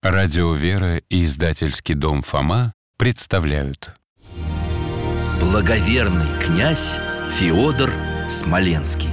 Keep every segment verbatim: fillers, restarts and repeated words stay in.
Радио «Вера» и издательский дом «Фома» представляют. Благоверный князь Феодор Смоленский.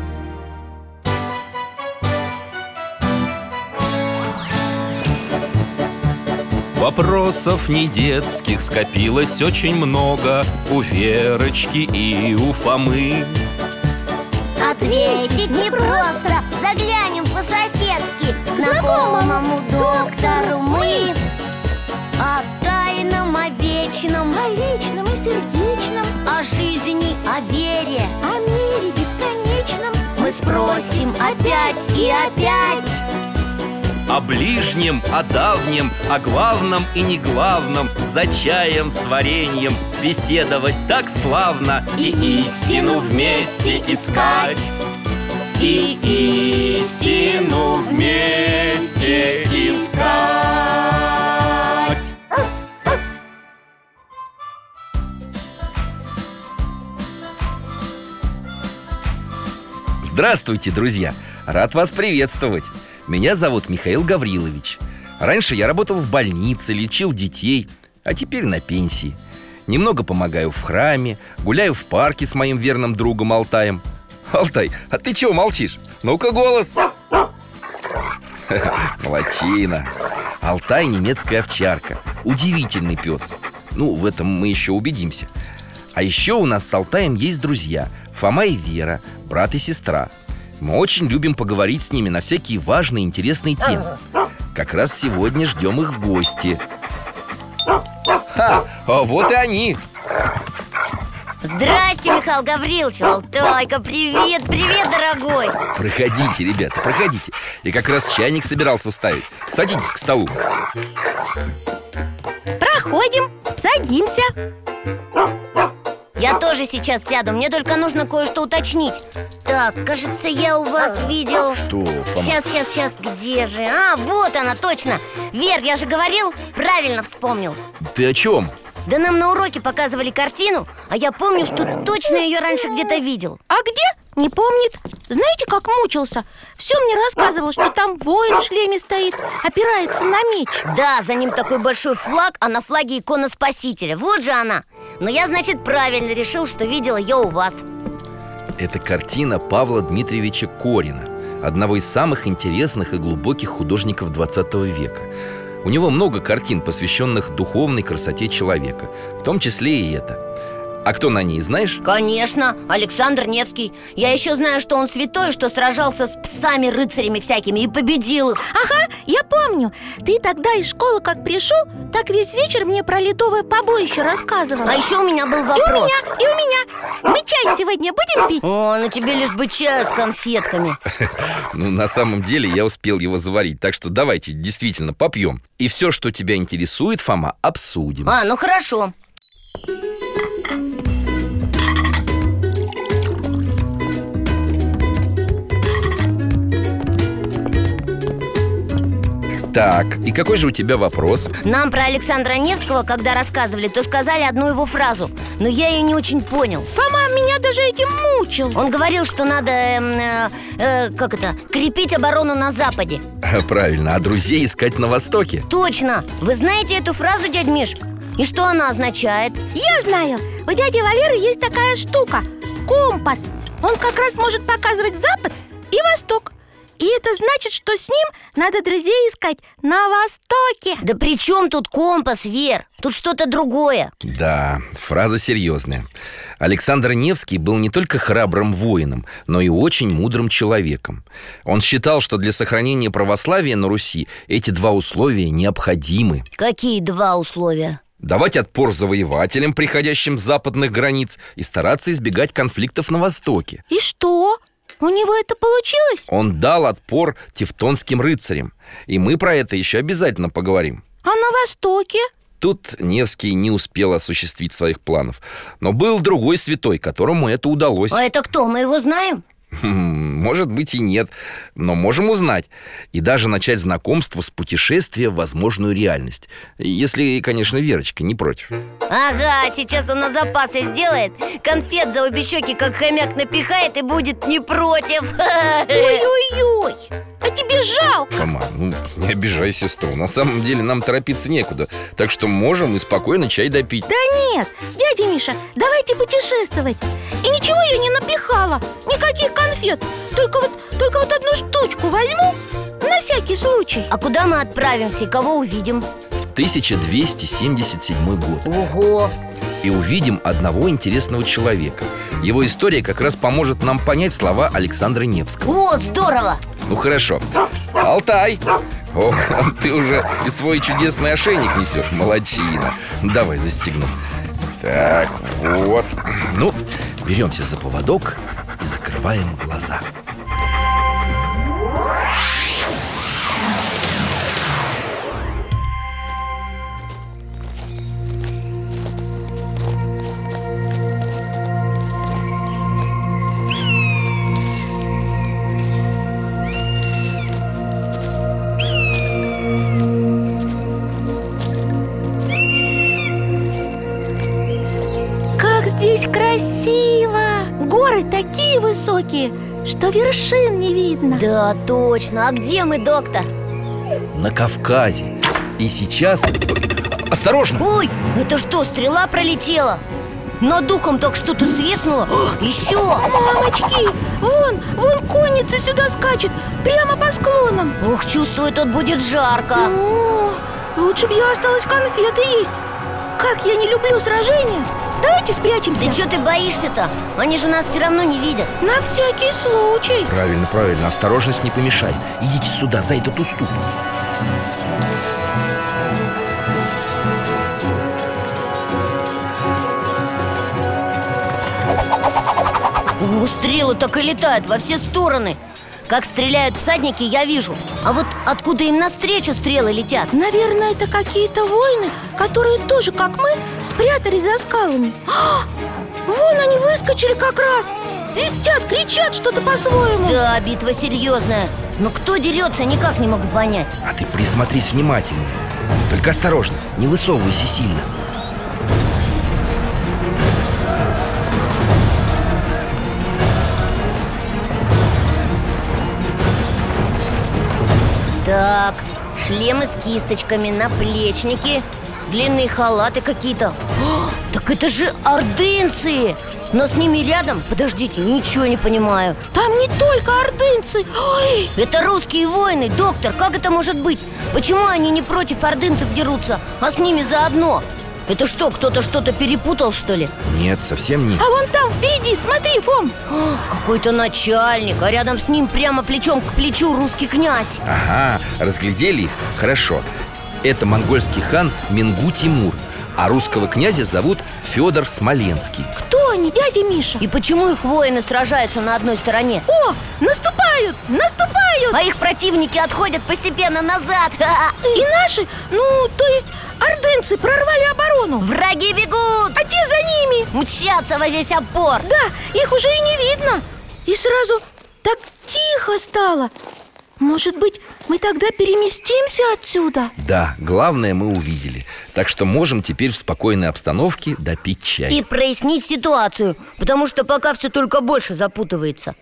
Вопросов не детских скопилось очень много у Верочки и у Фомы. Ответить непросто, заглянем по-соседски знакомому доктору мы. О тайном, о вечном, о личном и сердечном, о жизни, о вере, о мире бесконечном мы спросим опять и опять. О ближнем, о давнем, о главном и неглавном, за чаем с вареньем беседовать так славно. И истину вместе искать, и истину вместе искать. Здравствуйте, друзья! Рад вас приветствовать! Меня зовут Михаил Гаврилович. Раньше я работал в больнице, лечил детей, а теперь на пенсии. Немного помогаю в храме, гуляю в парке с моим верным другом Алтаем. Алтай, а ты чего молчишь? Ну-ка голос! Молодчина! Алтай — немецкая овчарка. Удивительный пес. Ну, в этом мы еще убедимся. А еще у нас с Алтаем есть друзья Фома и Вера, брат и сестра. Мы очень любим поговорить с ними на всякие важные, интересные темы. Как раз сегодня ждем их в гости. Ха, а вот и они. Здрасте, Михаил Гаврилович. Алтайка, привет, привет, дорогой. Проходите, ребята, проходите. Я как раз чайник собирался ставить. Садитесь к столу. Проходим, садимся. Я тоже сейчас сяду, мне только нужно кое-что уточнить. Так, кажется, я у вас видел... Что, Фома? Сейчас, сейчас, сейчас, где же? А, вот она, точно. Вер, я же говорил, правильно вспомнил. Ты о чем? Да нам на уроке показывали картину, а я помню, что точно ее раньше где-то видел. А где? Не помнит. Знаете, как мучился? Все мне рассказывал, что там воин в шлеме стоит, опирается на меч. Да, за ним такой большой флаг, а на флаге икона Спасителя. Вот же она. Но я, значит, правильно решил, что видел ее у вас. Это картина Павла Дмитриевича Корина, одного из самых интересных и глубоких художников двадцатого века. У него много картин, посвященных духовной красоте человека, в том числе и эта. А кто на ней, знаешь? Конечно, Александр Невский. Я еще знаю, что он святой, что сражался с псами-рыцарями всякими и победил их. Ага, я помню. Ты тогда из школы как пришел, так весь вечер мне про ледовое побоище рассказывал. А еще у меня был И у вопрос. меня, и у меня. Мы чай сегодня будем пить? О, ну тебе лишь бы чаю с конфетками. Ну, на самом деле я успел его заварить, так что давайте действительно попьем. И все, что тебя интересует, Фома, обсудим. А, ну хорошо. Так, и какой же у тебя вопрос? Нам про Александра Невского, когда рассказывали, то сказали одну его фразу, но я ее не очень понял. Фома меня даже этим мучил. Он говорил, что надо, э, э, как это, крепить оборону на Западе. Правильно, а друзей искать на Востоке. Точно! Вы знаете эту фразу, дядь Миш? И что она означает? Я знаю, у дяди Валеры есть такая штука – компас. Он как раз может показывать Запад и Восток. И это значит, что с ним надо друзей искать на Востоке. Да при чем тут компас, Вер? Тут что-то другое. Да, фраза серьезная. Александр Невский был не только храбрым воином, но и очень мудрым человеком. Он считал, что для сохранения православия на Руси эти два условия необходимы. Какие два условия? Давать отпор завоевателям, приходящим с западных границ, и стараться избегать конфликтов на Востоке. И что? У него это получилось? Он дал отпор тевтонским рыцарям. И мы про это еще обязательно поговорим. А на Востоке? Тут Невский не успел осуществить своих планов. Но был другой святой, которому это удалось. А это кто? Мы его знаем? Может быть и нет, но можем узнать. И даже начать знакомство с путешествия в возможную реальность. Если, конечно, Верочка не против. Ага, сейчас она запасы сделает, конфет за обе щеки как хомяк напихает и будет не против. Ой-ой-ой. а тебе жалко. Фома, ну не обижай сестру. На самом деле нам торопиться некуда. Так что можем и спокойно чай допить. Да нет, дядя Миша, давайте путешествовать. И ничего я не напихала, никаких конфет. Только вот, только вот одну штучку возьму на всякий случай. А куда мы отправимся и кого увидим? В тысяча двести семьдесят седьмой год. Ого! И увидим одного интересного человека. Его история как раз поможет нам понять слова Александра Невского. О, здорово! Ну хорошо. Алтай! О, ты уже и свой чудесный ошейник несешь, молодчина. Давай застегну. Так, вот. Ну, беремся за поводок и закрываем глаза. Здесь красиво. Горы такие высокие, что вершин не видно. Да, точно. А где мы, доктор? На Кавказе. И сейчас... Ой, осторожно! Ой, это что, стрела пролетела? Над духом так что-то свистнуло. О, еще! Мамочки, вон, вон конница сюда скачет, прямо по склонам. Ух, чувствую, тут будет жарко. О, лучше бы я осталась конфеты есть. Как я не люблю сражения. Давайте спрячемся. Да что ты боишься-то? Они же нас все равно не видят. На всякий случай. Правильно, правильно, осторожность не помешает. Идите сюда, за этот уступ. О, стрелы так и летают во все стороны. Как стреляют всадники, я вижу. А вот откуда им навстречу стрелы летят? Наверное, это какие-то воины, которые тоже, как мы, спрятались за скалами. А, вон они выскочили как раз. Свистят, кричат что-то по-своему. Да, битва серьезная. Но кто дерется, никак не могу понять. А ты присмотрись внимательно. Только осторожно, не высовывайся сильно. Так, шлемы с кисточками, наплечники, длинные халаты какие-то. О, так это же ордынцы! Но с ними рядом, подождите, ничего не понимаю. Там не только ордынцы. Ой! Это русские воины, доктор, как это может быть? Почему они не против ордынцев дерутся, а с ними заодно? Это что, кто-то что-то перепутал, что ли? Нет, совсем нет. А вон там впереди, смотри, Фом. О, какой-то начальник, а рядом с ним прямо плечом к плечу русский князь. Ага, разглядели их? Хорошо. Это монгольский хан Мингу Тимур, а русского князя зовут Федор Смоленский. Кто они, дядя Миша? И почему их воины сражаются на одной стороне? О, наступают, наступают! А их противники отходят постепенно назад. И наши, ну, то есть ордынцы прорвали оборону. Враги бегут, А те за ними. мчатся во весь опор. Да, их уже и не видно. И сразу так тихо стало. Может быть, мы тогда переместимся отсюда? Да, главное мы увидели. Так что можем теперь в спокойной обстановке допить чай. И прояснить ситуацию, потому что пока все только больше запутывается.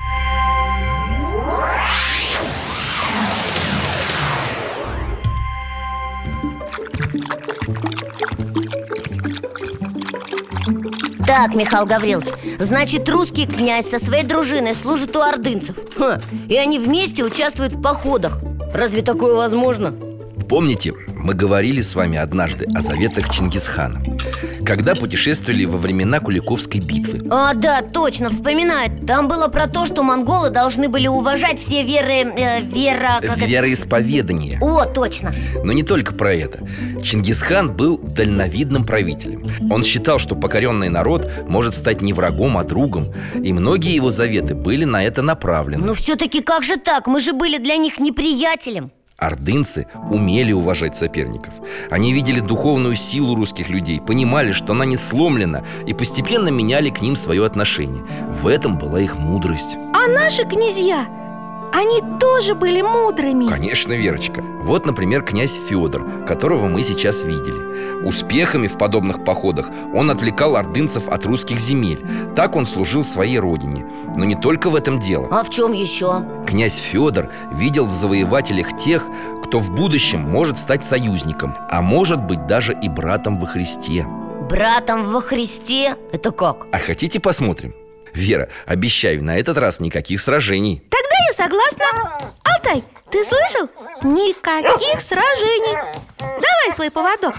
Так, Михаил Гаврилович, значит, русский князь со своей дружиной служит у ордынцев. Ха, и они вместе участвуют в походах. Разве такое возможно? Помните, мы говорили с вами однажды о заветах Чингисхана, когда путешествовали во времена Куликовской битвы. А, да, точно, вспоминают. Там было про то, что монголы должны были уважать все веры... Э, вера... Как это? Вероисповедание. О, точно. Но не только про это. Чингисхан был дальновидным правителем. Он считал, что покоренный народ может стать не врагом, а другом. И многие его заветы были на это направлены. Но все-таки как же так? Мы же были для них неприятелем. Ордынцы умели уважать соперников. Они видели духовную силу русских людей, понимали, что она не сломлена, и постепенно меняли к ним свое отношение. В этом была их мудрость. А наши князья, они тоже были мудрыми. Конечно, Верочка. Вот, например, князь Федор, которого мы сейчас видели. Успехами в подобных походах он отвлекал ордынцев от русских земель. Так он служил своей родине. Но не только в этом дело. А в чем еще? Князь Федор видел в завоевателях тех, кто в будущем может стать союзником, а может быть даже и братом во Христе. Братом во Христе? Это как? А хотите посмотрим? Вера, обещаю, на этот раз никаких сражений. Тогда я согласна. Алтай, ты слышал? Никаких сражений. Давай свой поводок.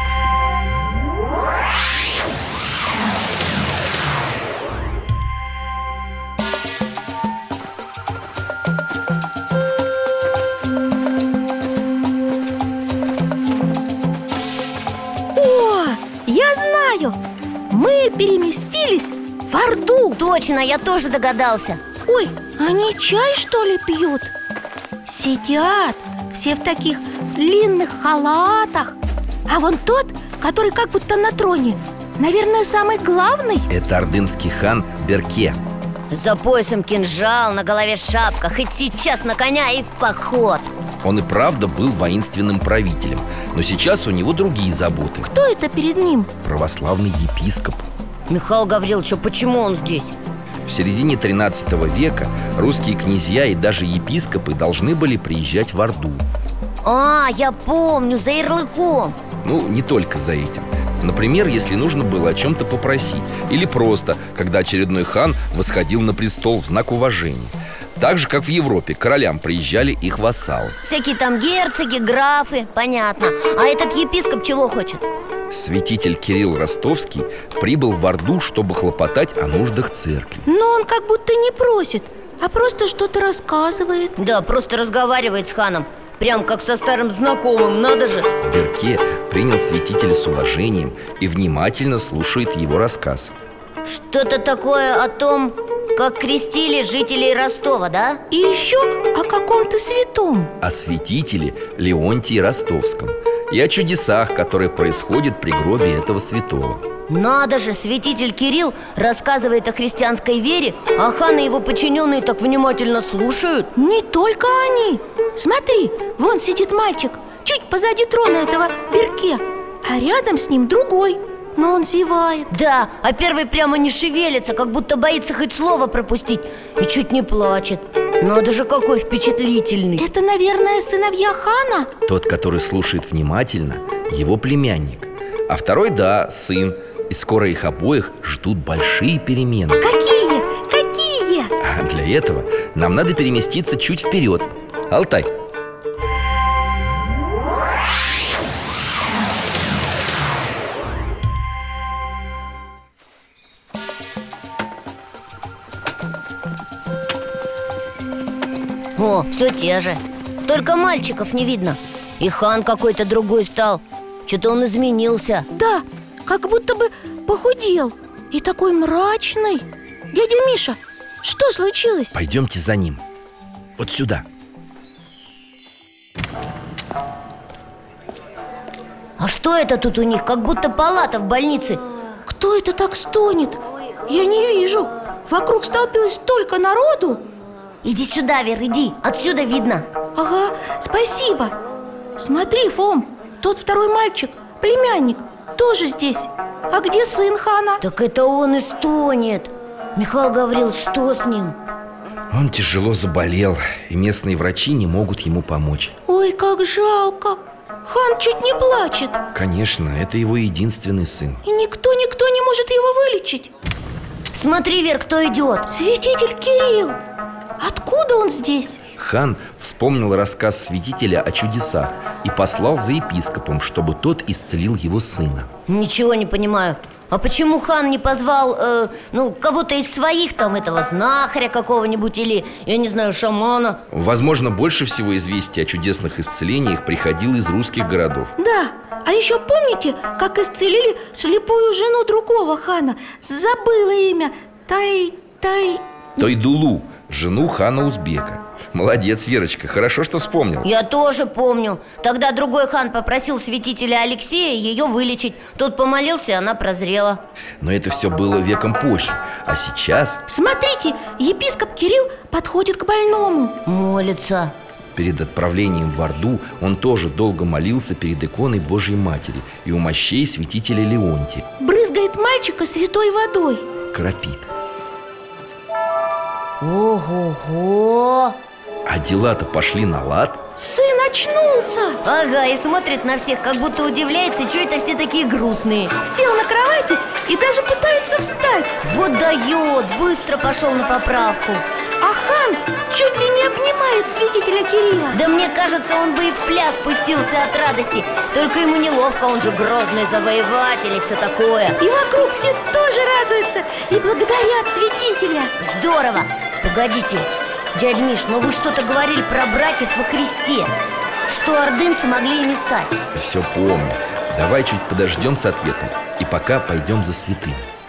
О, я знаю. Мы переместились в Орду. Точно, я тоже догадался. Ой, они чай, что ли, пьют? Сидят все в таких длинных халатах. А вон тот, который как будто на троне, наверное, самый главный. Это ордынский хан Берке. За поясом кинжал, на голове шапка. Хоть сейчас на коня и в поход. Он и правда был воинственным правителем, но сейчас у него другие заботы. Кто это перед ним? Православный епископ. Михаил Гаврилович, а почему он здесь? В середине тринадцатого века русские князья и даже епископы должны были приезжать в Орду. А, я помню, за ярлыком. Ну, не только за этим. Например, если нужно было о чем-то попросить. Или просто, когда очередной хан восходил на престол в знак уважения. Так же, как в Европе, к королям приезжали их вассалы. Всякие там герцоги, графы, понятно. А этот епископ чего хочет? Святитель Кирилл Ростовский прибыл в Орду, чтобы хлопотать о нуждах церкви. Но он как будто не просит, а просто что-то рассказывает. Да, просто разговаривает с ханом. Прям как со старым знакомым, надо же. Берке принял святителя с уважением и внимательно слушает его рассказ. Что-то такое о том, как крестили жителей Ростова, да? И еще о каком-то святом. О святителе Леонтии Ростовском и о чудесах, которые происходят при гробе этого святого. Надо же, святитель Кирилл рассказывает о христианской вере, а хан и его подчиненные так внимательно слушают. Не только они. Смотри, вон сидит мальчик, чуть позади трона этого Берке, а рядом с ним другой, но он зевает. Да, а первый прямо не шевелится, как будто боится хоть слово пропустить. И чуть не плачет. Надо же, какой впечатлительный. Это, наверное, сыновья хана? Тот, который слушает внимательно, его племянник. А второй, да, сын. И скоро их обоих ждут большие перемены. Какие? Какие? А для этого нам надо переместиться чуть вперед. Алтай. О, все те же. Только мальчиков не видно. И хан какой-то другой стал. Что-то он изменился. Да, как будто бы похудел. И такой мрачный. Дядя Миша, что случилось? Пойдемте за ним. Вот сюда. А что это тут у них? Как будто палата в больнице. Кто это так стонет? Я не вижу. Вокруг столпилось столько народу. Иди сюда, Вер, иди. Отсюда видно. Ага, спасибо. Смотри, Фом, тот второй мальчик, племянник, тоже здесь. А где сын хана? Так это он и стонет. Михаил говорил, что с ним? Он тяжело заболел, и местные врачи не могут ему помочь. Ой, как жалко. Хан чуть не плачет. Конечно, это его единственный сын. И никто-никто не может его вылечить. Смотри, Вер, кто идет. Святитель Кирилл. Откуда он здесь? Хан вспомнил рассказ святителя о чудесах и послал за епископом, чтобы тот исцелил его сына. Ничего не понимаю. А почему хан не позвал, э, ну, кого-то из своих, там, этого знахаря какого-нибудь или, я не знаю, шамана? Возможно, больше всего известий о чудесных исцелениях приходило из русских городов. Да, а еще помните, как исцелили слепую жену другого хана? Забыла имя. Тай... Тай... Тойдулу, жену хана Узбека. Молодец, Верочка, хорошо, что вспомнил. Я тоже помню. Тогда другой хан попросил святителя Алексея ее вылечить. Тот помолился, и она прозрела. Но это все было веком позже. А сейчас... Смотрите, епископ Кирилл подходит к больному. Молится. Перед отправлением в Орду он тоже долго молился перед иконой Божьей Матери и у мощей святителя Леонтия. Брызгает мальчика святой водой. Кропит. Ого-го! А дела-то пошли на лад. Сын очнулся. Ага, и смотрит на всех, как будто удивляется, что это все такие грустные. Сел на кровати и даже пытается встать. Вот дает, быстро пошел на поправку. А хан чуть ли не обнимает святителя Кирилла. Да мне кажется, он бы и в пляс пустился от радости. Только ему неловко, он же грозный завоеватель и все такое. И вокруг все тоже радуются и благодарят святителя. Здорово! Погодите, дядь Миш, но вы что-то говорили про братьев во Христе. Что ордынцы могли ими стать? Все помню. Давай чуть подождем с ответом. И пока пойдем за святым.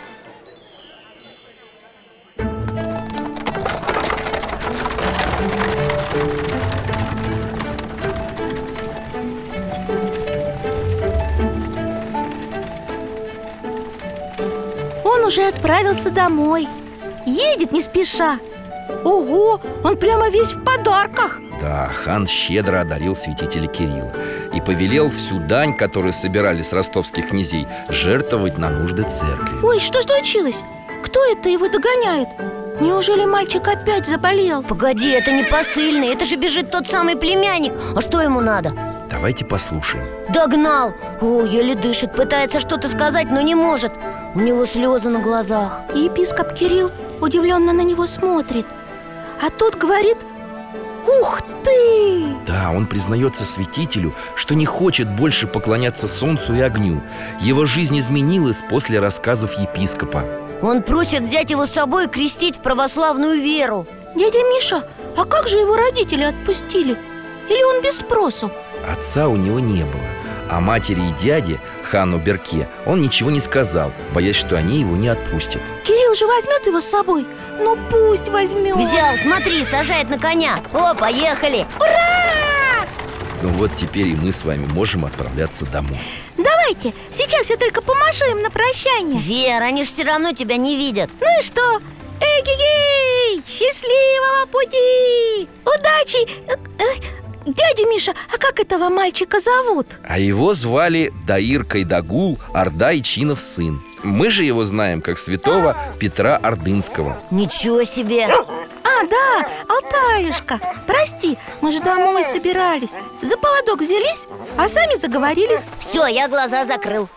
Он уже отправился домой. Едет не спеша. Ого, он прямо весь в подарках. Да, хан щедро одарил святителя Кирилла и повелел всю дань, которую собирали с ростовских князей, жертвовать на нужды церкви. Ой, что случилось? Кто это его догоняет? Неужели мальчик опять заболел? Погоди, это не посыльный, это же бежит тот самый племянник. А что ему надо? Давайте послушаем. Догнал! О, еле дышит, пытается что-то сказать, но не может. У него слезы на глазах. Епископ Кирилл удивленно на него смотрит. А тот говорит: ух ты! Да, он признается святителю, что не хочет больше поклоняться солнцу и огню. Его жизнь изменилась после рассказов епископа. Он просит взять его с собой и крестить в православную веру. Дядя Миша, а как же его родители отпустили? Или он без спросу? Отца у него не было. А матери и дяде, хану Берке, он ничего не сказал, боясь, что они его не отпустят. Кирилл же возьмет его с собой. Ну пусть возьмет. Взял, смотри, сажает на коня. О, поехали! Ура! Ну вот теперь и мы с вами можем отправляться домой. Давайте, сейчас я только помашу им на прощание. Вера, они же все равно тебя не видят. Ну и что? Эгегей! Счастливого пути! Удачи! Дядя Миша, а как этого мальчика зовут? А его звали Даир Кайдагул Орда-Ичинов сын. Мы же его знаем как святого Петра Ордынского. Ничего себе! А, да, Алтаюшка, прости, мы же домой собирались. За поводок взялись, а сами заговорились. Все, я глаза закрыл.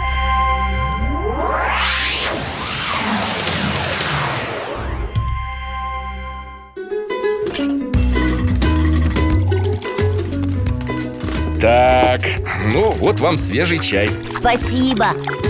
Так, ну вот вам свежий чай. Спасибо.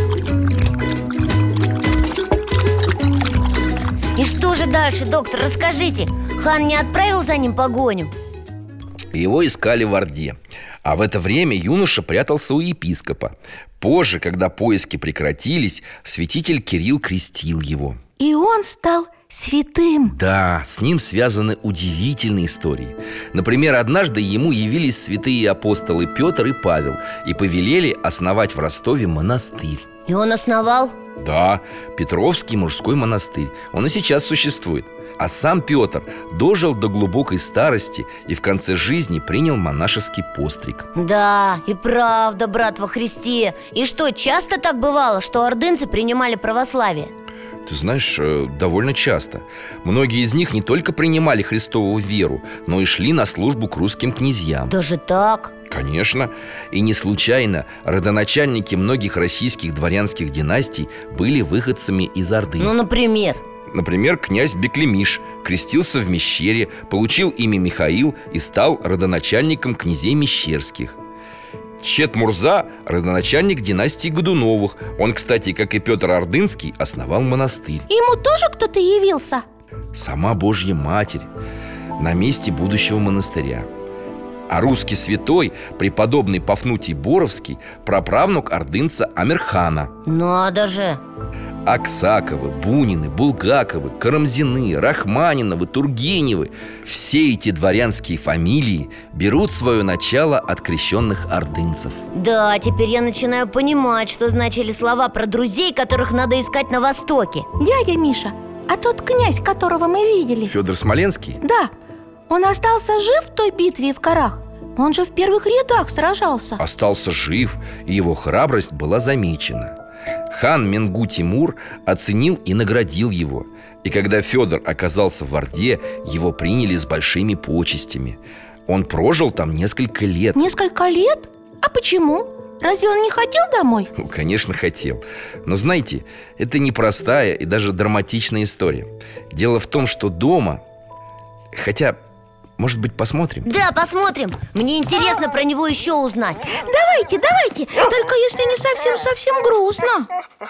И что же дальше, доктор, расскажите. Хан не отправил за ним погоню? Его искали в Орде. А в это время юноша прятался у епископа. Позже, когда поиски прекратились, святитель Кирилл крестил его. И он стал святым. Да, с ним связаны удивительные истории. Например, однажды ему явились святые апостолы Петр и Павел и повелели основать в Ростове монастырь. И он основал? Да, Петровский мужской монастырь. Он и сейчас существует. А сам Петр дожил до глубокой старости и в конце жизни принял монашеский постриг. Да, и правда, брат во Христе. И что, часто так бывало, что ордынцы принимали православие? Ты знаешь, довольно часто. Многие из них не только принимали Христову веру, но и шли на службу к русским князьям. Даже так? Конечно. И не случайно родоначальники многих российских дворянских династий были выходцами из Орды. Ну, например? Например, князь Беклемиш крестился в Мещере, получил имя Михаил и стал родоначальником князей Мещерских. Чет-Мурза – родоначальник династии Годуновых. Он, кстати, как и Петр Ордынский, основал монастырь. Ему тоже кто-то явился? Сама Божья Матерь на месте будущего монастыря. А русский святой, преподобный Пафнутий Боровский, праправнук ордынца Амирхана. Надо же! Аксаковы, Бунины, Булгаковы, Карамзины, Рахманиновы, Тургеневы — все эти дворянские фамилии берут свое начало от крещенных ордынцев. Да, теперь я начинаю понимать, что значили слова про друзей, которых надо искать на Востоке. Дядя Миша, а тот князь, которого мы видели? Федор Смоленский? Да, он остался жив в той битве в горах? Он же в первых рядах сражался. Остался жив, и его храбрость была замечена. Хан Менгу-Тимур оценил и наградил его. И когда Федор оказался в Орде, его приняли с большими почестями. Он прожил там несколько лет. Несколько лет? А почему? Разве он не хотел домой? Ну, конечно, хотел. Но знаете, это непростая и даже драматичная история. Дело в том, что дома... Хотя, может быть, посмотрим? Да, посмотрим. Мне интересно про него еще узнать. Давайте, давайте. Только если не совсем-совсем грустно.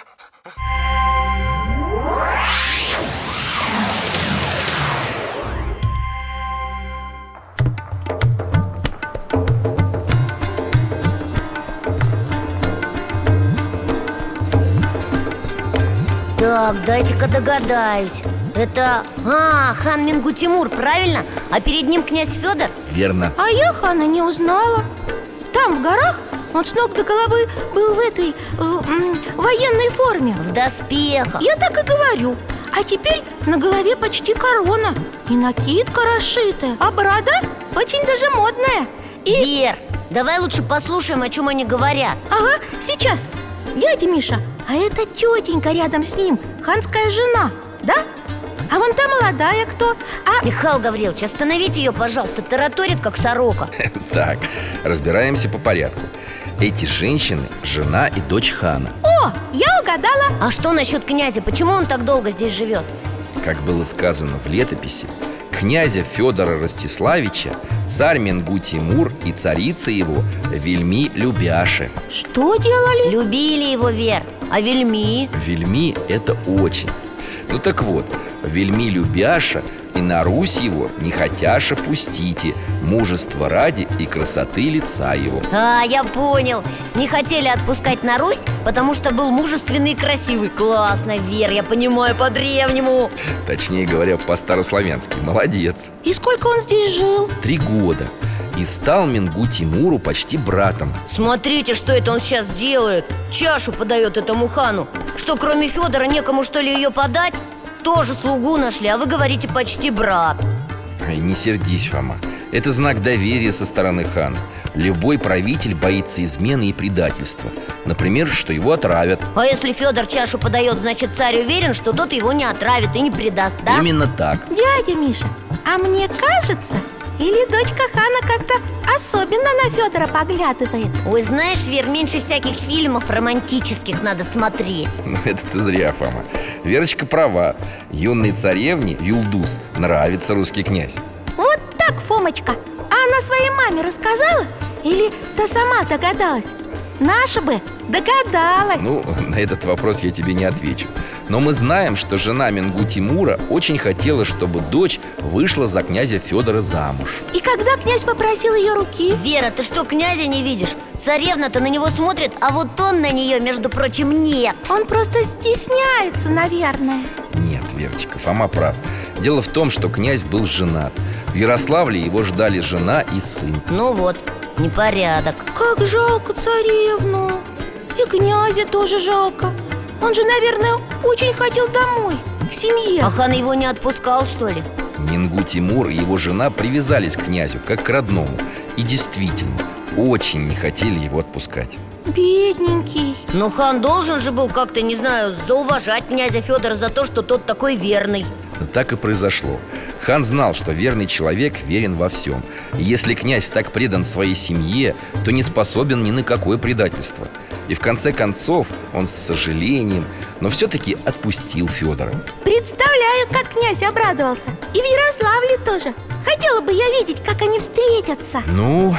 Так, дайте-ка догадаюсь. Это, а, хан Менгу-Тимур, правильно? А перед ним князь Федор? Верно. А я хана не узнала. Там, в горах, он с ног до головы был в этой э, м, военной форме. В доспехах. Я так и говорю. А теперь на голове почти корона. И накидка расшитая. А борода очень даже модная. И... Вер, давай лучше послушаем, о чем они говорят. Ага, сейчас. Дядя Миша, а это тетенька рядом с ним, ханская жена, да? А вон та молодая кто? А... Михаил Гаврилович, остановите ее, пожалуйста, тараторит, как сорока. Так, разбираемся по порядку. Эти женщины – жена и дочь хана. О, я угадала. А что насчет князя? Почему он так долго здесь живет? Как было сказано в летописи, князя Федора Ростиславича царь Менгу-Тимур и царица его Вельми Любяши. Что делали? Любили его, Вер. А Вельми? Вельми – это очень. Ну так вот, Вельми Любяша и на Русь его не хотяша пустите, мужество ради и красоты лица его. А, я понял. Не хотели отпускать на Русь, потому что был мужественный и красивый. Классно, Вер, я понимаю по-древнему. Точнее говоря, по-старославянски. Молодец. И сколько он здесь жил? Три года. И стал Менгу-Тимуру почти братом. Смотрите, что это он сейчас делает. Чашу подает этому хану. Что, кроме Федора, некому, что ли, ее подать? Тоже слугу нашли, а вы говорите почти брат. Ай, не сердись, Фома. Это знак доверия со стороны хана. Любой правитель боится измены и предательства. Например, что его отравят. А если Федор чашу подает, значит, царь уверен, что тот его не отравит и не предаст, да? Именно так. Дядя Миша, а мне кажется, или дочка хана как-то особенно на Федора поглядывает? Ой, знаешь, Вер, меньше всяких фильмов романтических надо смотреть. Ну, это ты зря, Фома. Верочка права. Юной царевне Юлдус нравится русский князь. Вот так, Фомочка. А она своей маме рассказала? Или та сама догадалась? Наша бы догадалась. Ну, на этот вопрос я тебе не отвечу. Но мы знаем, что жена Менгу-Тимура очень хотела, чтобы дочь вышла за князя Федора замуж. И когда князь попросил ее руки? Вера, ты что, князя не видишь? Царевна-то на него смотрит, а вот он на нее, между прочим, нет. Он просто стесняется, наверное. Нет, Верочка, Фома прав. Дело в том, что князь был женат. В Ярославле его ждали жена и сын. Ну вот, непорядок. Как жалко царевну. И князя тоже жалко. Он же, наверное, очень хотел домой, к семье. А хан его не отпускал, что ли? Менгу-Тимур и его жена привязались к князю, как к родному. И действительно, очень не хотели его отпускать. Бедненький. Но хан должен же был как-то, не знаю, зауважать князя Федора за то, что тот такой верный. Но так и произошло. Хан знал, что верный человек верен во всем. И если князь так предан своей семье, то не способен ни на какое предательство. И в конце концов он с сожалением, но все-таки отпустил Федора. Представляю, как князь обрадовался. И в Ярославле тоже. Хотела бы я видеть, как они встретятся. Ну,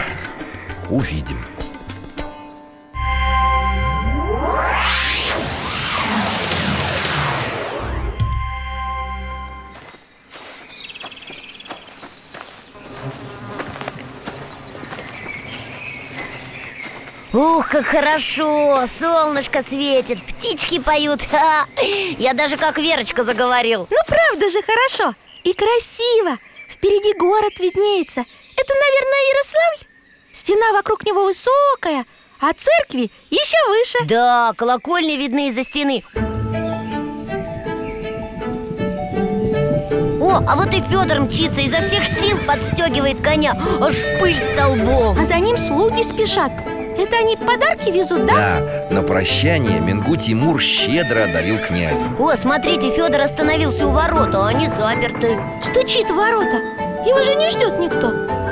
увидим. Ух, как хорошо! Солнышко светит, птички поют. Ха! Я даже как Верочка заговорил. Ну правда же хорошо и красиво. Впереди город виднеется. Это, наверное, Ярославль. Стена вокруг него высокая, а церкви еще выше. Да, колокольни видны из-за стены. О, а вот и Федор мчится, изо всех сил подстегивает коня. Аж пыль столбом. А за ним слуги спешат. Это они подарки везут, да? Да, на прощание Менгу Тимур щедро одарил князя. О, смотрите, Федор остановился у ворот, а они заперты. Стучит в ворота. Его же не ждет никто.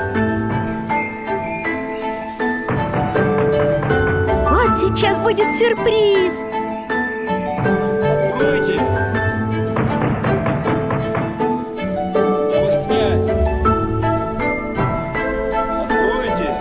Вот сейчас будет сюрприз. Откройте! Я ваш князь! Откройте!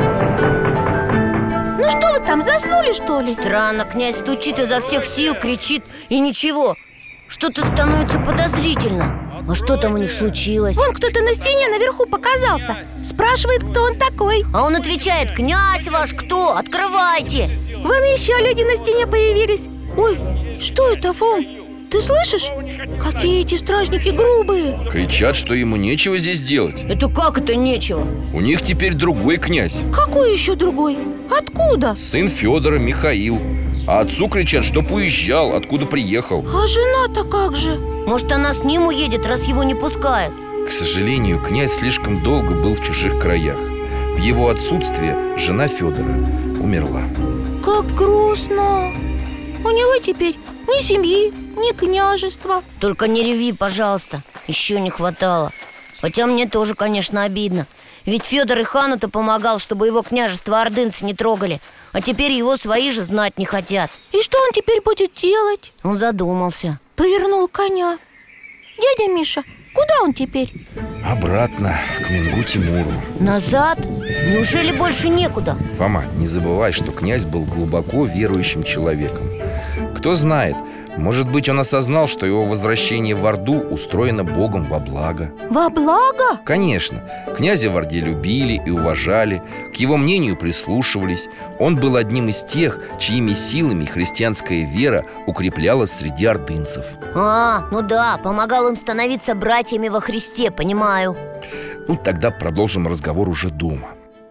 Ну что вы там, заснули, что ли? Странно, князь стучит изо всех сил, кричит, и ничего. Что-то становится подозрительно. А что там у них случилось? Вон кто-то на стене наверху показался. Спрашивает, кто он такой. А он отвечает: князь ваш кто? Открывайте! Вон еще люди на стене появились. Ой, что это, Фом? Ты слышишь? Какие эти стражники грубые. Кричат, что ему нечего здесь делать. Это как это нечего? У них теперь другой князь. Какой еще другой? Откуда? Сын Федора, Михаил. А отцу кричат, чтоб уезжал, откуда приехал. А жена-то как же? Может, она с ним уедет, раз его не пускают? К сожалению, князь слишком долго был в чужих краях. В его отсутствие жена Федора умерла. Как грустно. У него теперь ни семьи, ни княжества. Только не реви, пожалуйста, еще не хватало. Хотя мне тоже, конечно, обидно. Ведь Федор и хану-то помогал, чтобы его княжество ордынцы не трогали. А теперь его свои же знать не хотят. И что он теперь будет делать? Он задумался. Повернул коня. Дядя Миша, куда он теперь? Обратно к Менгу Тимуру. Назад? Неужели больше некуда? Фома, не забывай, что князь был глубоко верующим человеком. Кто знает, может быть, он осознал, что его возвращение в Орду устроено Богом во благо. Во благо? Конечно, князя в Орде любили и уважали, к его мнению прислушивались. Он был одним из тех, чьими силами христианская вера укреплялась среди ордынцев. А, ну да, помогал им становиться братьями во Христе, понимаю. Ну, тогда продолжим разговор уже дома.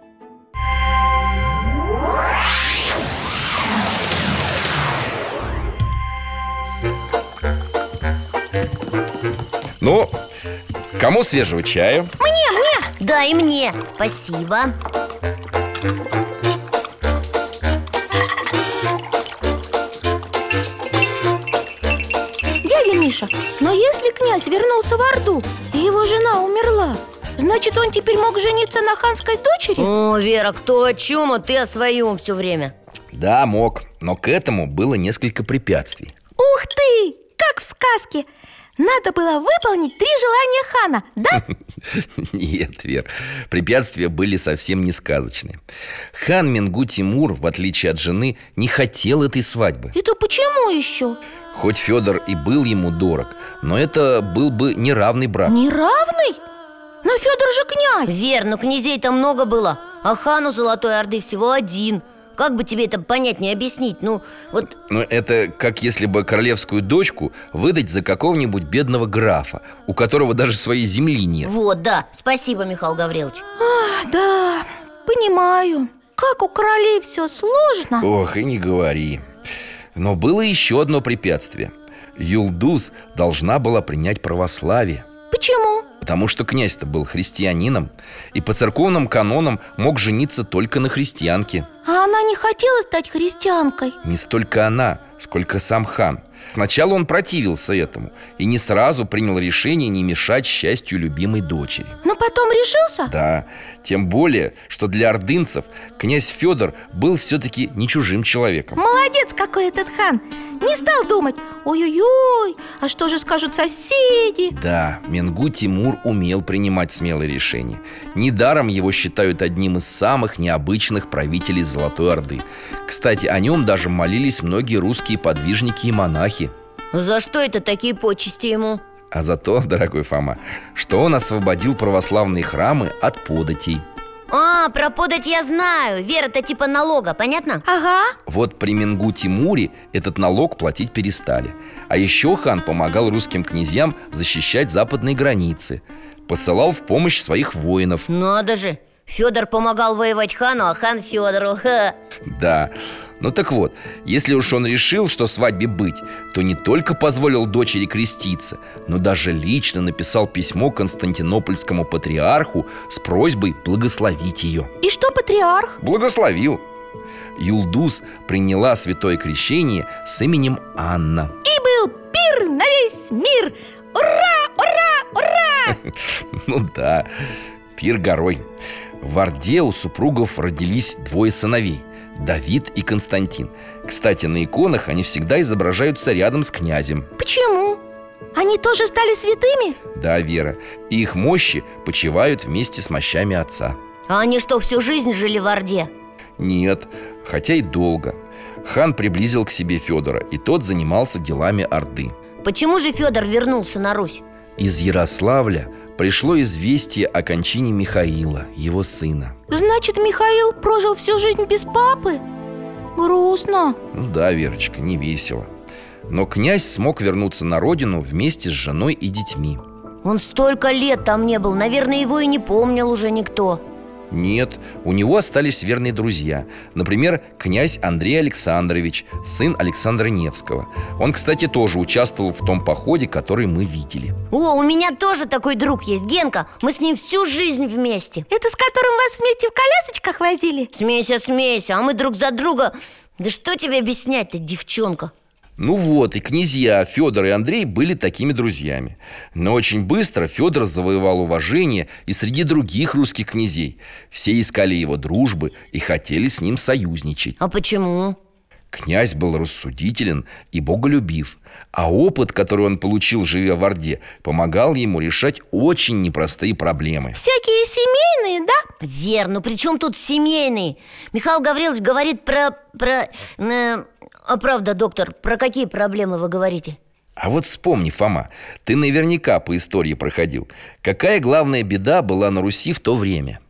Ну, кому свежего чаю? Мне, мне! Да, и мне, спасибо. Дядя Миша, но если князь вернулся в Орду и его жена умерла, значит, он теперь мог жениться на ханской дочери? О, Вера, кто о чем, а ты о своем все время. Да, мог, но к этому было несколько препятствий. Ух ты! Как в сказке! Надо было выполнить три желания хана, да? Нет, Вер, препятствия были совсем не сказочные. Хан Менгу Тимур, в отличие от жены, не хотел этой свадьбы. И то почему еще? Хоть Федор и был ему дорог, но это был бы неравный брак. Неравный? Но Федор же князь. Вер, ну князей-то много было, а хану Золотой Орды всего один. Как бы тебе это понятнее объяснить? Ну, вот... Ну, это как если бы королевскую дочку выдать за какого-нибудь бедного графа, у которого даже своей земли нет. Вот, да, спасибо, Михаил Гаврилович. А, да, понимаю. Как у королей все сложно. Ох, и не говори. Но было еще одно препятствие. Юлдуз должна была принять православие. Почему? Потому что князь-то был христианином и по церковным канонам мог жениться только на христианке. А она не хотела стать христианкой? Не столько она, сколько сам хан. Сначала он противился этому и не сразу принял решение не мешать счастью любимой дочери. Но потом решился? Да, тем более, что для ордынцев князь Федор был все-таки не чужим человеком. Молодец какой этот хан. Не стал думать: ой-ой-ой, а что же скажут соседи? Да, Менгу Тимур умел принимать смелые решения. Недаром его считают одним из самых необычных правителей Золотой Орды. Кстати, о нем даже молились многие русские подвижники и монахи. За что это такие почести ему? А за то, дорогой Фома, что он освободил православные храмы от податей. А, про подать я знаю. Вера-то типа налога, понятно? Ага. Вот при Менгу-Тимуре этот налог платить перестали. А еще хан помогал русским князьям защищать западные границы. Посылал в помощь своих воинов. Надо же, Федор помогал воевать хану, а хан Федору. Ха. Да, ну так вот, если уж он решил, что свадьбе быть, то не только позволил дочери креститься, но даже лично написал письмо Константинопольскому патриарху с просьбой благословить ее. И что патриарх? Благословил. Юлдуз приняла святое крещение с именем Анна. И был пир на весь мир. Ура, ура, ура! Ну да, пир горой. В Орде у супругов родились двое сыновей, Давид и Константин. Кстати, на иконах они всегда изображаются рядом с князем. Почему? Они тоже стали святыми? Да, Вера, и их мощи почивают вместе с мощами отца. А они что, всю жизнь жили в Орде? Нет, хотя и долго. Хан приблизил к себе Федора, и тот занимался делами Орды. Почему же Федор вернулся на Русь? Из Ярославля пришло известие о кончине Михаила, его сына. Значит, Михаил прожил всю жизнь без папы? Грустно. Ну да, Верочка, не весело. Но князь смог вернуться на родину вместе с женой и детьми. Он столько лет там не был, наверное, его и не помнил уже никто. Нет, у него остались верные друзья. Например, князь Андрей Александрович, сын Александра Невского. Он, кстати, тоже участвовал в том походе, который мы видели. О, у меня тоже такой друг есть, Генка. Мы с ним всю жизнь вместе. Это с которым вас вместе в колясочках возили? Смейся, смейся, а мы друг за друга. Да что тебе объяснять-то, девчонка? Ну вот, и князья Федор и Андрей были такими друзьями. Но очень быстро Федор завоевал уважение и среди других русских князей. Все искали его дружбы и хотели с ним союзничать. А почему? Князь был рассудителен и боголюбив, а опыт, который он получил, живя в Орде, помогал ему решать очень непростые проблемы. Всякие семейные, да? Вер, ну при чем тут семейные? Михаил Гаврилович говорит про... про э, а правда, доктор, про какие проблемы вы говорите? А вот вспомни, Фома, ты наверняка по истории проходил. Какая главная беда была на Руси в то время?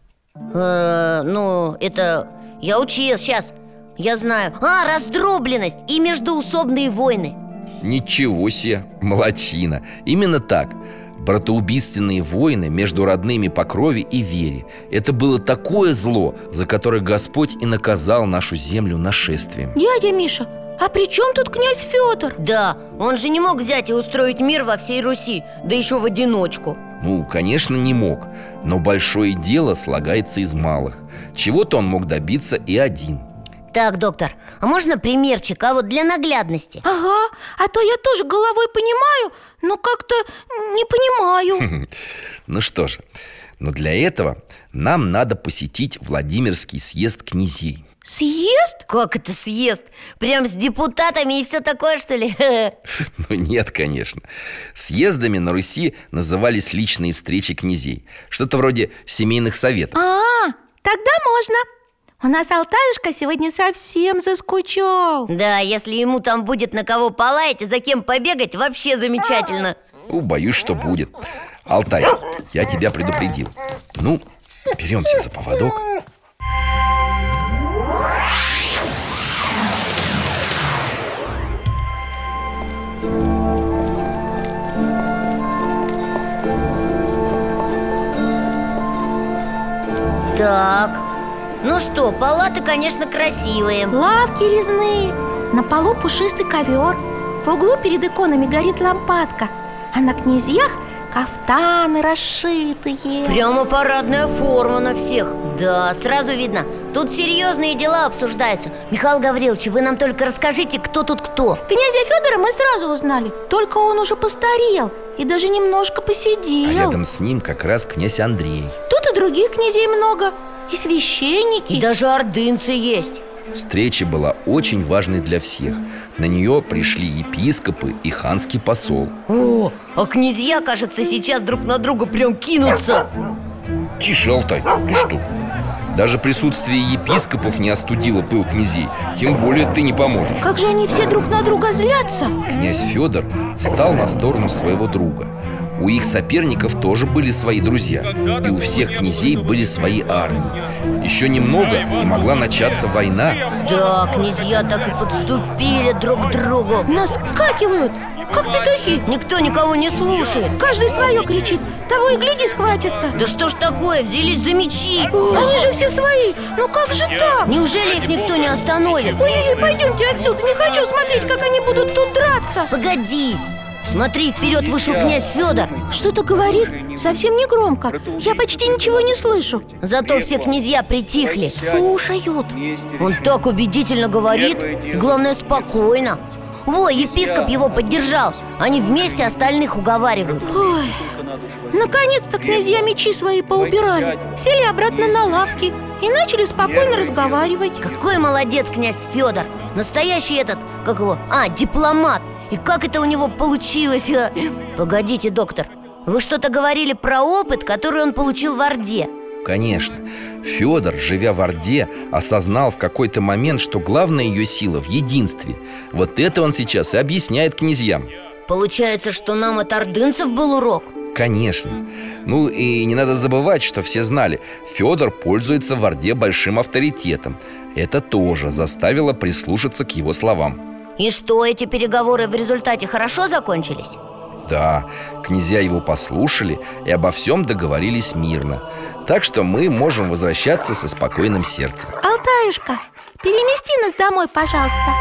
Э, ну, это... Я учил, сейчас... Я знаю. А, раздробленность и междоусобные войны. Ничего себе, молодчина. Именно так. Братоубийственные войны между родными по крови и вере. Это было такое зло, за которое Господь и наказал нашу землю нашествием. Дядя Миша, а при чем тут князь Федор? Да, он же не мог взять и устроить мир во всей Руси, да еще в одиночку. Ну, конечно, не мог. Но большое дело слагается из малых. Чего-то он мог добиться и один. Так, доктор, а можно примерчик, а вот для наглядности? Ага, а то я тоже головой понимаю, но как-то не понимаю. Ну что же, но для этого нам надо посетить Владимирский съезд князей. Съезд? Как это съезд? Прям с депутатами и все такое, что ли? Ну нет, конечно. Съездами на Руси назывались личные встречи князей. Что-то вроде семейных советов. А, тогда можно. У нас Алтаюшка сегодня совсем заскучал. Да, если ему там будет на кого полаять и за кем побегать, вообще замечательно. Ну, боюсь, что будет. Алтай, я тебя предупредил. Ну, беремся за поводок. Так, ну что, палаты, конечно, красивые. Лавки резные, на полу пушистый ковер. В углу перед иконами горит лампадка, а на князьях кафтаны расшитые. Прямо парадная форма на всех. Да, сразу видно, тут серьезные дела обсуждаются. Михаил Гаврилович, вы нам только расскажите, кто тут кто. Князя Федора мы сразу узнали, только он уже постарел и даже немножко посидел. А рядом с ним как раз князь Андрей. Тут и других князей много, и священники. И даже ордынцы есть. Встреча была очень важной для всех. На нее пришли епископы и ханский посол. О, а князья, кажется, сейчас друг на друга прям кинутся. Тише, Алтай, ты что? Даже присутствие епископов не остудило пыл князей. Тем более ты не поможешь. Как же они все друг на друга злятся. Князь Федор встал на сторону своего друга. У их соперников тоже были свои друзья, и у всех князей были свои армии. Еще немного, и могла начаться война. Да, князья так и подступили друг к другу. Наскакивают, как петухи. Никто никого не слушает. Каждый свое кричит, того и гляди схватится. Да что ж такое, взялись за мечи. Они же все свои, ну как же так? Неужели их никто не остановит? Ой-ой-ой, пойдемте отсюда, не хочу смотреть, как они будут тут драться. Погоди, смотри, вперед вышел князь Федор. Что-то говорит, совсем не громко. Я почти ничего не слышу. Зато все князья притихли. Слушают. Он так убедительно говорит, и главное, спокойно. Во, епископ его поддержал. Они вместе остальных уговаривают. Ой, наконец-то князья мечи свои поубирали, сели обратно на лавки и начали спокойно разговаривать. Какой молодец князь Федор. Настоящий этот, как его, а, дипломат. И как это у него получилось? а? Погодите, доктор, вы что-то говорили про опыт, который он получил в Орде. Конечно, Федор, живя в Орде, осознал в какой-то момент, что главная ее сила в единстве. Вот это он сейчас и объясняет князьям. Получается, что нам от ордынцев был урок? Конечно. Ну и не надо забывать, что все знали, Федор пользуется в Орде большим авторитетом. Это тоже заставило прислушаться к его словам. И что, эти переговоры в результате хорошо закончились? Да, князья его послушали и обо всем договорились мирно. Так что мы можем возвращаться со спокойным сердцем. Алтаюшка, перемести нас домой, пожалуйста.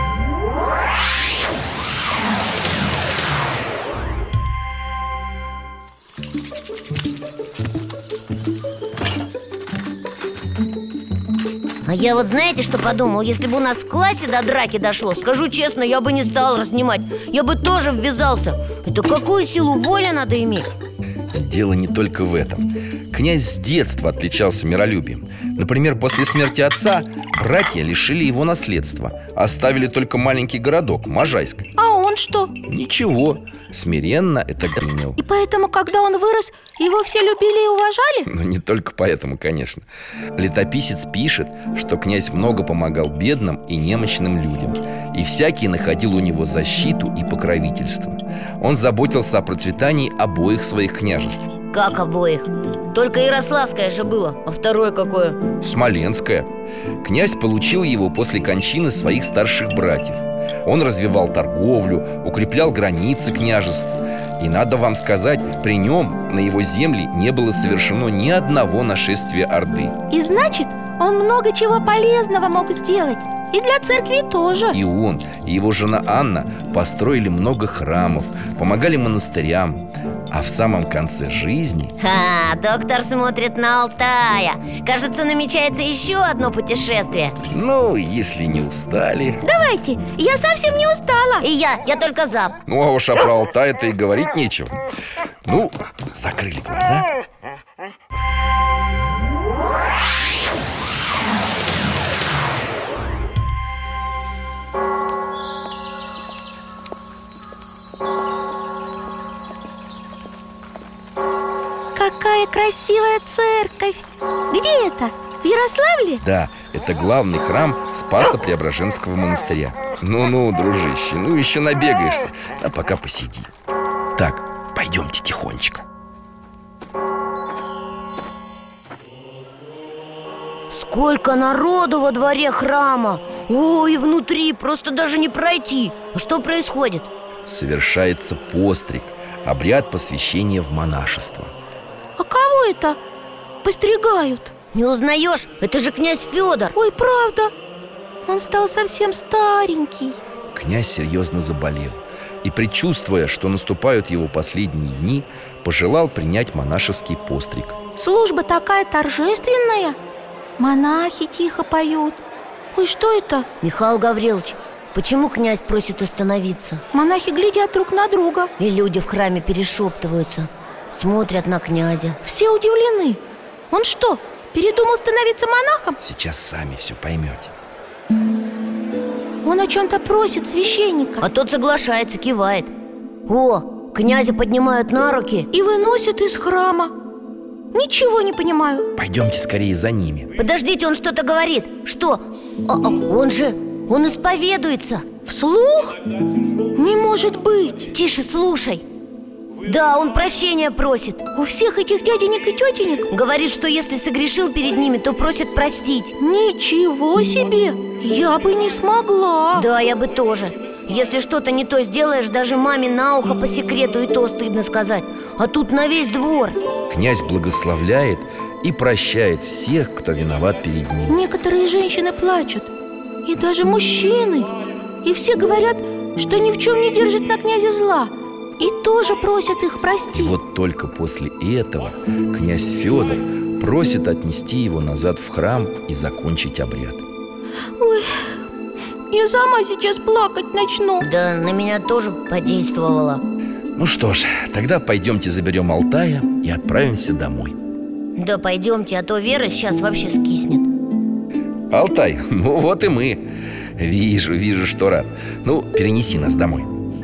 А я вот знаете, что подумал? Если бы у нас в классе до драки дошло, скажу честно, я бы не стал разнимать. Я бы тоже ввязался. Это какую силу воли надо иметь? Дело не только в этом. Князь с детства отличался миролюбием. Например, после смерти отца братья лишили его наследства. Оставили только маленький городок, Можайск. А он что? Ничего, смиренно это принял. И поэтому, когда он вырос, его все любили и уважали? Но не только поэтому, конечно. Летописец пишет, что князь много помогал бедным и немощным людям, и всякий находил у него защиту и покровительство. Он заботился о процветании обоих своих княжеств. Как обоих? Только Ярославское же было, а второе какое? Смоленское. Князь получил его после кончины своих старших братьев. Он развивал торговлю, укреплял границы княжеств. И надо вам сказать, при нем на его земли не было совершено ни одного нашествия Орды. И значит, он много чего полезного мог сделать. И для церкви тоже. И он, и его жена Анна построили много храмов, помогали монастырям. А в самом конце жизни... Ха, доктор смотрит на Алтая. Кажется, намечается еще одно путешествие. Ну, если не устали... Давайте, я совсем не устала. И я, я только за. Ну, а уж а про Алтай-то и говорить нечего. Ну, закрыли глаза. Какая красивая церковь! Где это? В Ярославле? Да, это главный храм Спасо-Преображенского монастыря. Ну-ну, дружище, ну еще набегаешься. А пока посиди. Так, пойдемте тихонечко. Сколько народу во дворе храма! Ой, внутри просто даже не пройти. А что происходит? Совершается постриг, обряд посвящения в монашество. А кого это постригают? Не узнаешь? Это же князь Федор. Ой, правда, он стал совсем старенький. Князь серьезно заболел и, предчувствуя, что наступают его последние дни, пожелал принять монашеский постриг. Служба такая торжественная. Монахи тихо поют. Ой, что это? Михаил Гаврилович, почему князь просит остановиться? Монахи глядят друг на друга. И люди в храме перешептываются, смотрят на князя. Все удивлены. Он что, передумал становиться монахом? Сейчас сами все поймете. Он о чем-то просит священника. А тот соглашается, кивает. О, князя поднимают на руки и выносят из храма. Ничего не понимаю. Пойдемте скорее за ними. Подождите, он что-то говорит. Что? А, а, он же, он исповедуется. Вслух? Не может быть. Тише, слушай. Да, он прощения просит. У всех этих дяденек и тетенек? Говорит, что если согрешил перед ними, то просит простить. Ничего себе! Я бы не смогла. Да, я бы тоже. Если что-то не то сделаешь, даже маме на ухо по секрету и то стыдно сказать. А тут на весь двор. Князь благословляет и прощает всех, кто виноват перед ним. Некоторые женщины плачут, и даже мужчины. И все говорят, что ни в чем не держат на князя зла, и тоже просят их И простить. вот только после этого князь Федор просит отнести его назад в храм и закончить обряд. Ой, я сама сейчас плакать начну. Да, на меня тоже подействовало. Ну что ж, тогда пойдемте заберем Алтая и отправимся домой. Да пойдемте, а то Вера сейчас вообще скиснет. Алтай, ну вот и мы. Вижу, вижу, что рад. Ну, перенеси нас домой.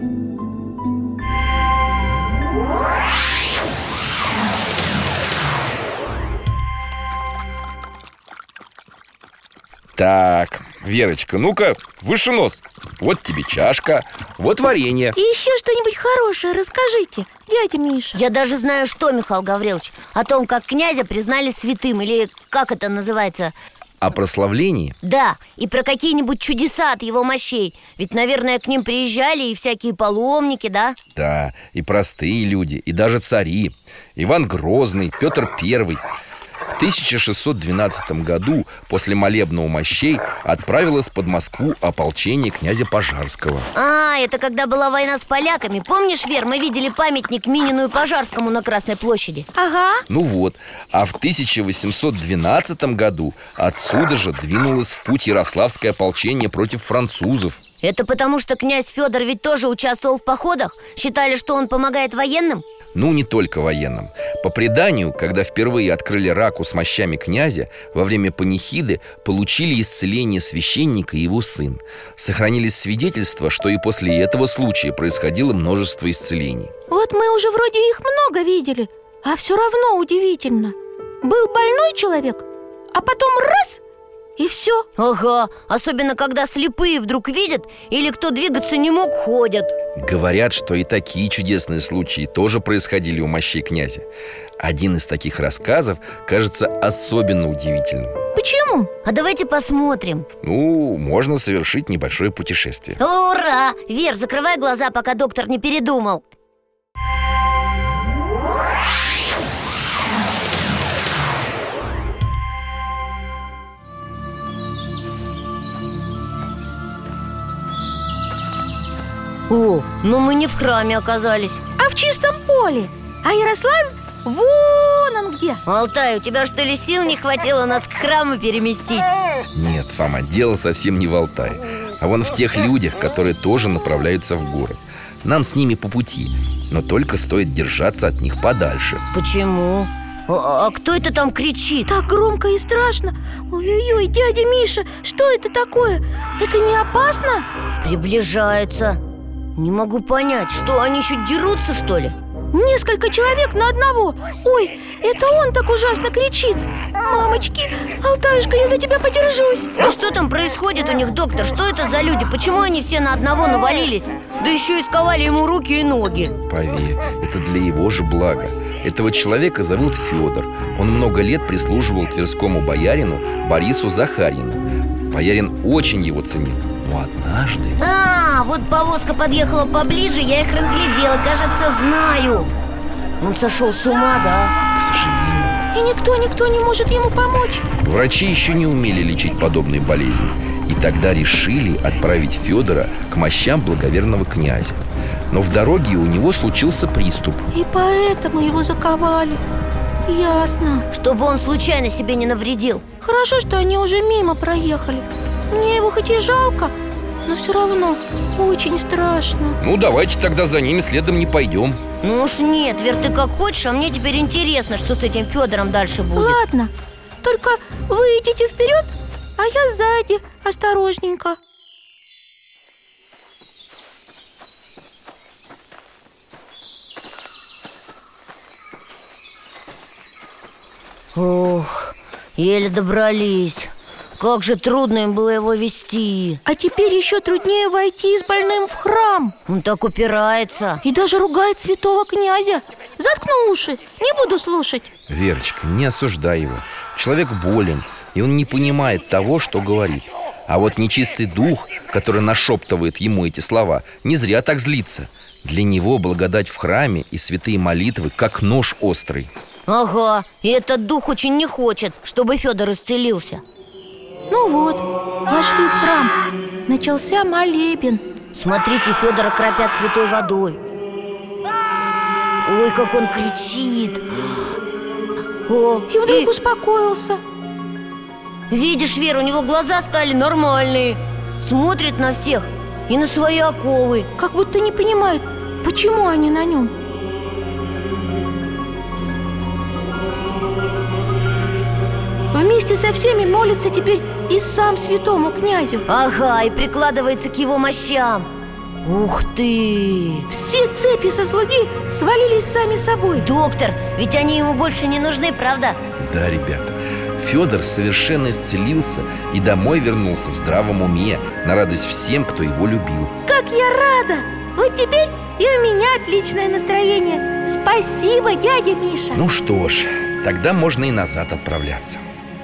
Так, Верочка, ну-ка, выше нос. Вот тебе чашка, вот варенье. И еще что-нибудь хорошее расскажите, дядя Миша. Я даже знаю, что, Михаил Гаврилович. О том, как князя признали святым. Или как это называется? О прославлении? Да, и про какие-нибудь чудеса от его мощей. Ведь, наверное, к ним приезжали и всякие паломники, да? Да, и простые люди, и даже цари. Иван Грозный, Петр Первый. В тысяча шестьсот двенадцатом году после молебна у мощей отправилось под Москву ополчение князя Пожарского. А, это когда была война с поляками. Помнишь, Вер, мы видели памятник Минину и Пожарскому на Красной площади? Ага. Ну вот, а в тысяча восемьсот двенадцатом году отсюда же двинулось в путь Ярославское ополчение против французов. Это потому, что князь Федор ведь тоже участвовал в походах? Считали, что он помогает военным? Ну, не только военным. По преданию, когда впервые открыли раку с мощами князя, во время панихиды получили исцеление священника и его сын. Сохранились свидетельства, что и после этого случая происходило множество исцелений. Вот мы уже вроде их много видели, а все равно удивительно. Был больной человек, а потом раз — и все. Ага, особенно когда слепые вдруг видят, или кто двигаться не мог, ходят. Говорят, что и такие чудесные случаи тоже происходили у мощей князя. Один из таких рассказов кажется особенно удивительным. Почему? А давайте посмотрим. Ну, можно совершить небольшое путешествие. Ура! Вер, закрывай глаза, пока доктор не передумал. О, ну мы не в храме оказались. А в чистом поле. А Ярославль вон он где. Алтай, у тебя что ли сил не хватило нас к храму переместить? Нет, Фома, дело совсем не в Алтае, а вон в тех людях, которые тоже направляются в город. Нам с ними по пути, но только стоит держаться от них подальше. Почему? А, а кто это там кричит? Так громко и страшно. Ой-ой-ой, дядя Миша, что это такое? Это не опасно? Приближается. Не могу понять, что они еще дерутся, что ли? Несколько человек на одного. Ой, это он так ужасно кричит. Мамочки, Алтаюшка, я за тебя подержусь. Ну что там происходит у них, доктор? Что это за люди? Почему они все на одного навалились? Да еще и сковали ему руки и ноги. Поверь, это для его же блага. Этого человека зовут Федор. Он много лет прислуживал тверскому боярину Борису Захарьину. Боярин очень его ценил. Но однажды... А, вот повозка подъехала поближе, я их разглядела, кажется, знаю. Он сошел с ума, да? К сожалению. И никто, никто не может ему помочь. Врачи еще не умели лечить подобные болезни. И тогда решили отправить Федора к мощам благоверного князя. Но в дороге у него случился приступ. И поэтому его заковали. Ясно. Чтобы он случайно себе не навредил. Хорошо, что они уже мимо проехали. Мне его хоть и жалко, но все равно очень страшно. Ну, давайте тогда за ними следом не пойдем. Ну уж нет, Вер, ты как хочешь, а мне теперь интересно, что с этим Федором дальше будет. Ладно, только вы идите вперед, а я сзади, осторожненько. Ох, еле добрались. как же трудно им было его вести. А теперь еще труднее войти с больным в храм. Он так упирается. И даже ругает святого князя. Заткну уши, не буду слушать. Верочка, не осуждай его. Человек болен, и он не понимает того, что говорит. А вот нечистый дух, который нашептывает ему эти слова, не зря так злится. Для него благодать в храме и святые молитвы как нож острый. Ага, и этот дух очень не хочет, чтобы Федор исцелился. Ну вот, вошли в храм. Начался молебен. Смотрите, Федора кропят святой водой. Ой, как он кричит. О, И вдруг успокоился. видишь, Вера, у него глаза стали нормальные. Смотрит на всех и на свои оковы. Как будто не понимает, почему они на нем. Вместе со всеми молится теперь и сам святому князю. Ага, и прикладывается к его мощам. Ух ты! Все цепи со слуги свалились сами собой. Доктор, ведь они ему больше не нужны, правда? Да, ребята, Федор совершенно исцелился и домой вернулся в здравом уме, на радость всем, кто его любил. Как я рада! Вот теперь и у меня отличное настроение. Спасибо, дядя Миша. Ну что ж, тогда можно и назад отправляться.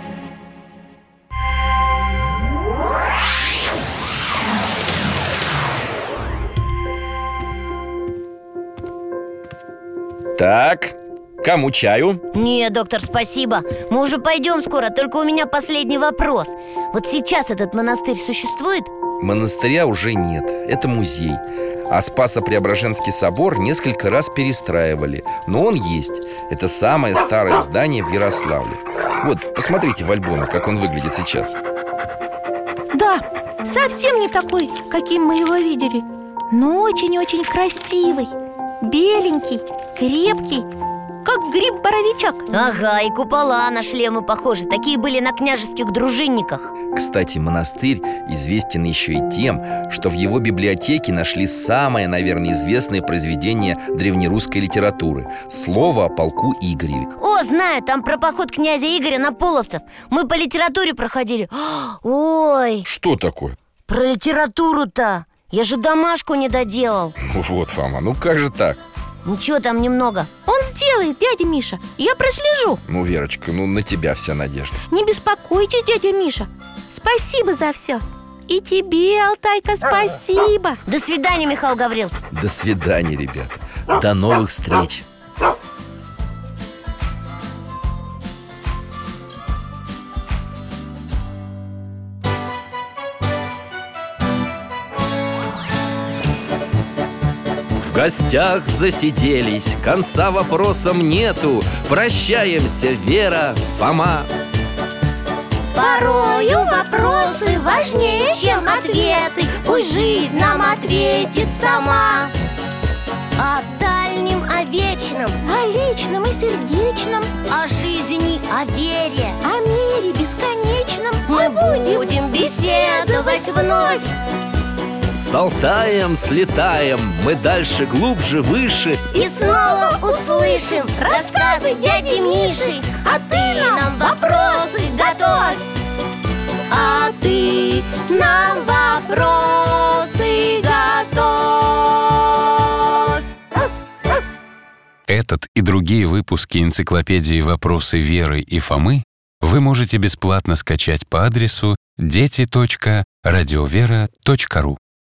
Так, кому чаю? Не, доктор, спасибо. Мы уже пойдем скоро, только у меня последний вопрос. Вот сейчас этот монастырь существует? Монастыря уже нет, это музей. А Спасо-Преображенский собор несколько раз перестраивали, но он есть. Это самое старое здание в Ярославле. Вот, посмотрите в альбоме, как он выглядит сейчас. Да, совсем не такой, каким мы его видели, но очень-очень красивый. Беленький, крепкий, как гриб-боровичок. Ага, и купола на шлемы похожи. Такие были на княжеских дружинниках. Кстати, монастырь известен еще и тем, что в его библиотеке нашли самое, наверное, известное произведение древнерусской литературы – «Слово о полку Игореве». О, знаю, там про поход князя Игоря на половцев. Мы по литературе проходили. Ой, Что такое? про литературу-то. Я же домашку не доделал. Вот, Фома, ну как же так? Ничего там немного. Он сделает, дядя Миша, я прослежу. Ну, Верочка, ну на тебя вся надежда. Не беспокойтесь, дядя Миша. Спасибо за все. И тебе, Алтайка, спасибо. До свидания, Михаил Гаврилович. До свидания, ребята. До новых встреч. В гостях засиделись, конца вопросам нету. Прощаемся, Вера, Фома. Порою вопросы важнее, чем ответы. Пусть жизнь нам ответит сама. О дальнем, о вечном, О личном и сердечном, о жизни, о вере о мире бесконечном мы будем беседовать вновь. С Алтаем слетаем, мы дальше, глубже, выше. И снова услышим рассказы дяди Миши. А ты нам вопросы готовь. А ты нам вопросы готовь. Этот и другие выпуски энциклопедии «Вопросы Веры и Фомы» вы можете бесплатно скачать по адресу дети точка радиовера точка ру.